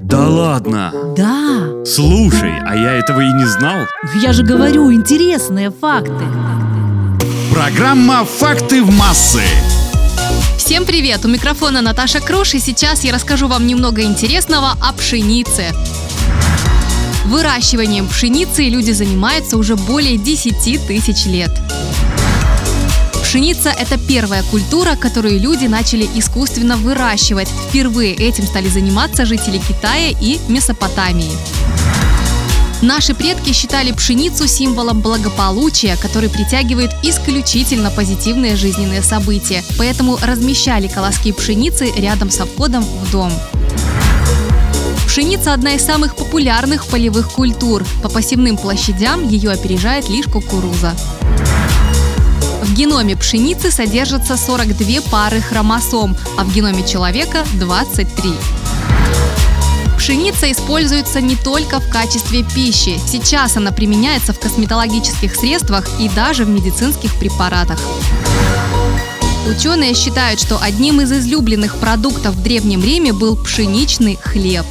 Да ладно? Да. Слушай, а я этого и не знал. Я же говорю, интересные факты. Программа «Факты в массы». Всем привет! У микрофона Наташа Круш, и сейчас я расскажу вам немного интересного о пшенице. Выращиванием пшеницы люди занимаются уже более 10 тысяч лет. Пшеница – это первая культура, которую люди начали искусственно выращивать. Впервые этим стали заниматься жители Китая и Месопотамии. Наши предки считали пшеницу символом благополучия, который притягивает исключительно позитивные жизненные события, поэтому размещали колоски пшеницы рядом со входом в дом. Пшеница – одна из самых популярных полевых культур. По посевным площадям ее опережает лишь кукуруза. В геноме пшеницы содержатся 42 пары хромосом, а в геноме человека – 23. Пшеница используется не только в качестве пищи. Сейчас она применяется в косметологических средствах и даже в медицинских препаратах. Ученые считают, что одним из излюбленных продуктов в Древнем Риме был пшеничный хлеб.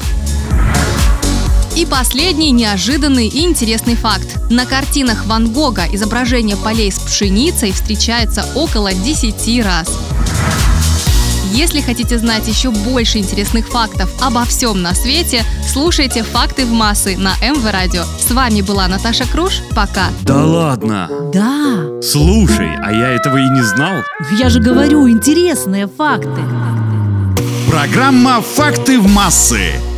И последний неожиданный и интересный факт. На картинах Ван Гога изображение полей с пшеницей встречается около 10 раз. Если хотите знать еще больше интересных фактов обо всем на свете, слушайте «Факты в массы» на МВ Радио. С вами была Наташа Круш. Пока. Да ладно? Да. Слушай, а я этого и не знал. Я же говорю, интересные факты. Программа «Факты в массы».